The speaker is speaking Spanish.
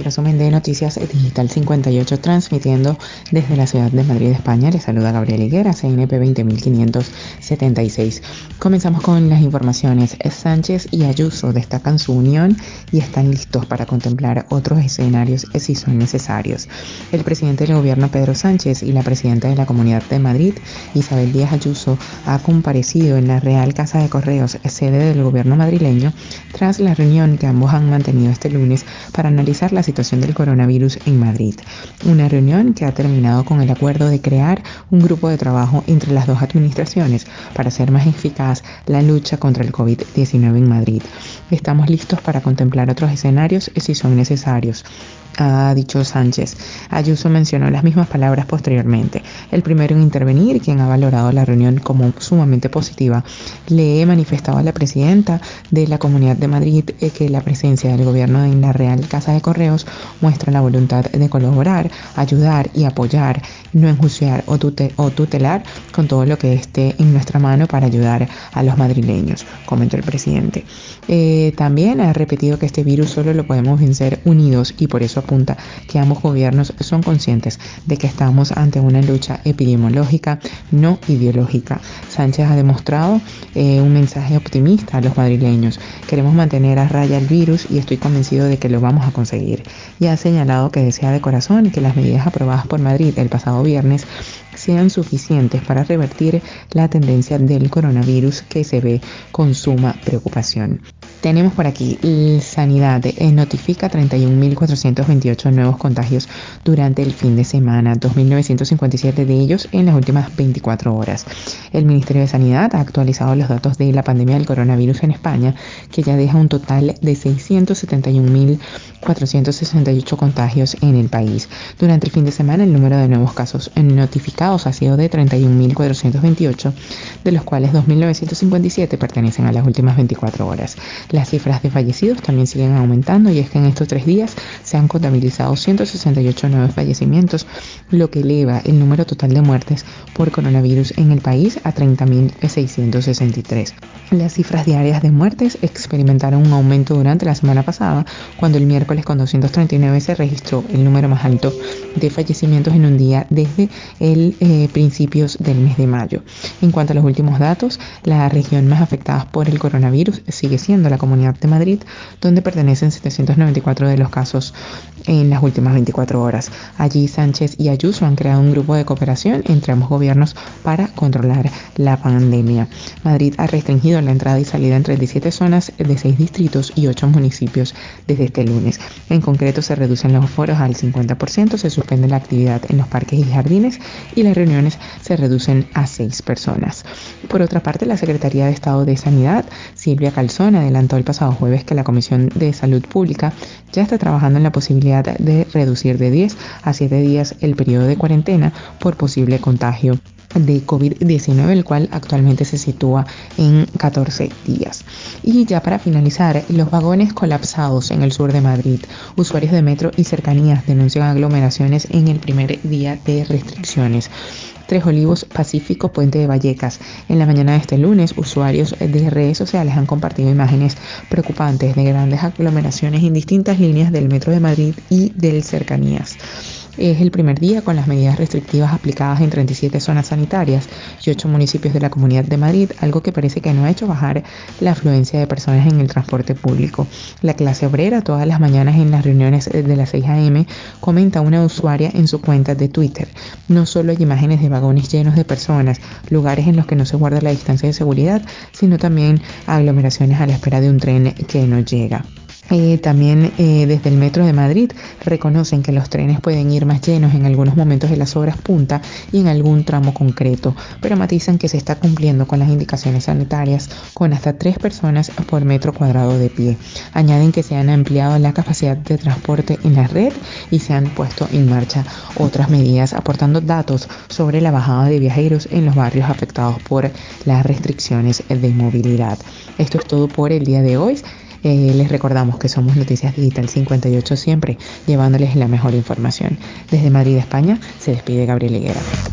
resumen de Noticias Digital 58, transmitiendo desde la ciudad de Madrid, España. Les saluda Gabriel Higuera, CNP 20576. Comenzamos con las informaciones. Sánchez y Ayuso destacan su unión y están listos para contemplar otros escenarios si son necesarios. El presidente del gobierno, Pedro Sánchez, y la presidenta de la Comunidad de Madrid, Isabel Díaz Ayuso, ha comparecido en la Real Casa de Correos, sede del gobierno madrileño, tras la reunión que ambos han mantenido este lunes para analizar la situación del coronavirus en Madrid. Una reunión que ha terminado con el acuerdo de crear un grupo de trabajo entre las dos administraciones para hacer más eficaz la lucha contra el COVID-19 en Madrid. Estamos listos para contemplar otros escenarios si son necesarios, ha dicho Sánchez. Ayuso mencionó las mismas palabras posteriormente. El primero en intervenir, quien ha valorado la reunión como sumamente positiva, le he manifestado a la presidenta de la Comunidad de Madrid que la presencia del gobierno en la Real Casa de Correos muestra la voluntad de colaborar, ayudar y apoyar, no enjuiciar o tutelar con todo lo que esté en nuestra mano para ayudar a los madrileños, comentó el presidente. También ha repetido que este virus solo lo podemos vencer unidos y por eso apunta que ambos gobiernos son conscientes de que estamos ante una lucha epidemiológica, no ideológica. Sánchez ha demostrado un mensaje optimista a los madrileños. Queremos mantener a raya el virus y estoy convencido de que lo vamos a conseguir. Y ha señalado que desea de corazón que las medidas aprobadas por Madrid el pasado viernes sean suficientes para revertir la tendencia del coronavirus que se ve con suma preocupación. Tenemos por aquí, Sanidad notifica 31.428 nuevos contagios durante el fin de semana, 2.957 de ellos en las últimas 24 horas. El Ministerio de Sanidad ha actualizado los datos de la pandemia del coronavirus en España, que ya deja un total de 671.468 contagios en el país. Durante el fin de semana, el número de nuevos casos notificados ha sido de 31.428, de los cuales 2.957 pertenecen a las últimas 24 horas. Las cifras de fallecidos también siguen aumentando y es que en estos 3 días se han contabilizado 168 nuevos fallecimientos, lo que eleva el número total de muertes por coronavirus en el país a 30.663. Las cifras diarias de muertes experimentaron un aumento durante la semana pasada, cuando el miércoles con 239 se registró el número más alto de fallecimientos en un día desde principios del mes de mayo. En cuanto a los últimos datos, la región más afectada por el coronavirus sigue siendo la Comunidad de Madrid, donde pertenecen 794 de los casos en las últimas 24 horas. Allí Sánchez y Ayuso han creado un grupo de cooperación entre ambos gobiernos para controlar la pandemia. Madrid ha restringido la entrada y salida en 37 zonas de 6 distritos y 8 municipios desde este lunes. En concreto, se reducen los aforos al 50%, se suspende la actividad en los parques y jardines y las reuniones se reducen a 6 personas. Por otra parte, la Secretaría de Estado de Sanidad, Silvia Calzón, adelantó el pasado jueves que la Comisión de Salud Pública ya está trabajando en la posibilidad de reducir de 10 a 7 días el periodo de cuarentena por posible contagio de COVID-19, el cual actualmente se sitúa en 14 días. Y ya para finalizar, los vagones colapsados en el sur de Madrid. Usuarios de metro y cercanías denuncian aglomeraciones en el primer día de restricciones. Tres Olivos, Pacífico, Puente de Vallecas. En la mañana de este lunes, usuarios de redes sociales han compartido imágenes preocupantes de grandes aglomeraciones en distintas líneas del metro de Madrid y del Cercanías. Es el primer día con las medidas restrictivas aplicadas en 37 zonas sanitarias y 8 municipios de la Comunidad de Madrid, algo que parece que no ha hecho bajar la afluencia de personas en el transporte público. La clase obrera, todas las mañanas en las reuniones de las 6 a.m., comenta una usuaria en su cuenta de Twitter: no solo hay imágenes de vagones llenos de personas, lugares en los que no se guarda la distancia de seguridad, sino también aglomeraciones a la espera de un tren que no llega. También desde el Metro de Madrid reconocen que los trenes pueden ir más llenos en algunos momentos de las horas punta y en algún tramo concreto, pero matizan que se está cumpliendo con las indicaciones sanitarias con hasta 3 personas por metro cuadrado de pie. Añaden que se han ampliado la capacidad de transporte en la red y se han puesto en marcha otras medidas, aportando datos sobre la bajada de viajeros en los barrios afectados por las restricciones de movilidad. Esto es todo por el día de hoy. Les recordamos que somos Noticias Digital 58, siempre llevándoles la mejor información. Desde Madrid, España, se despide Gabriel Higuera.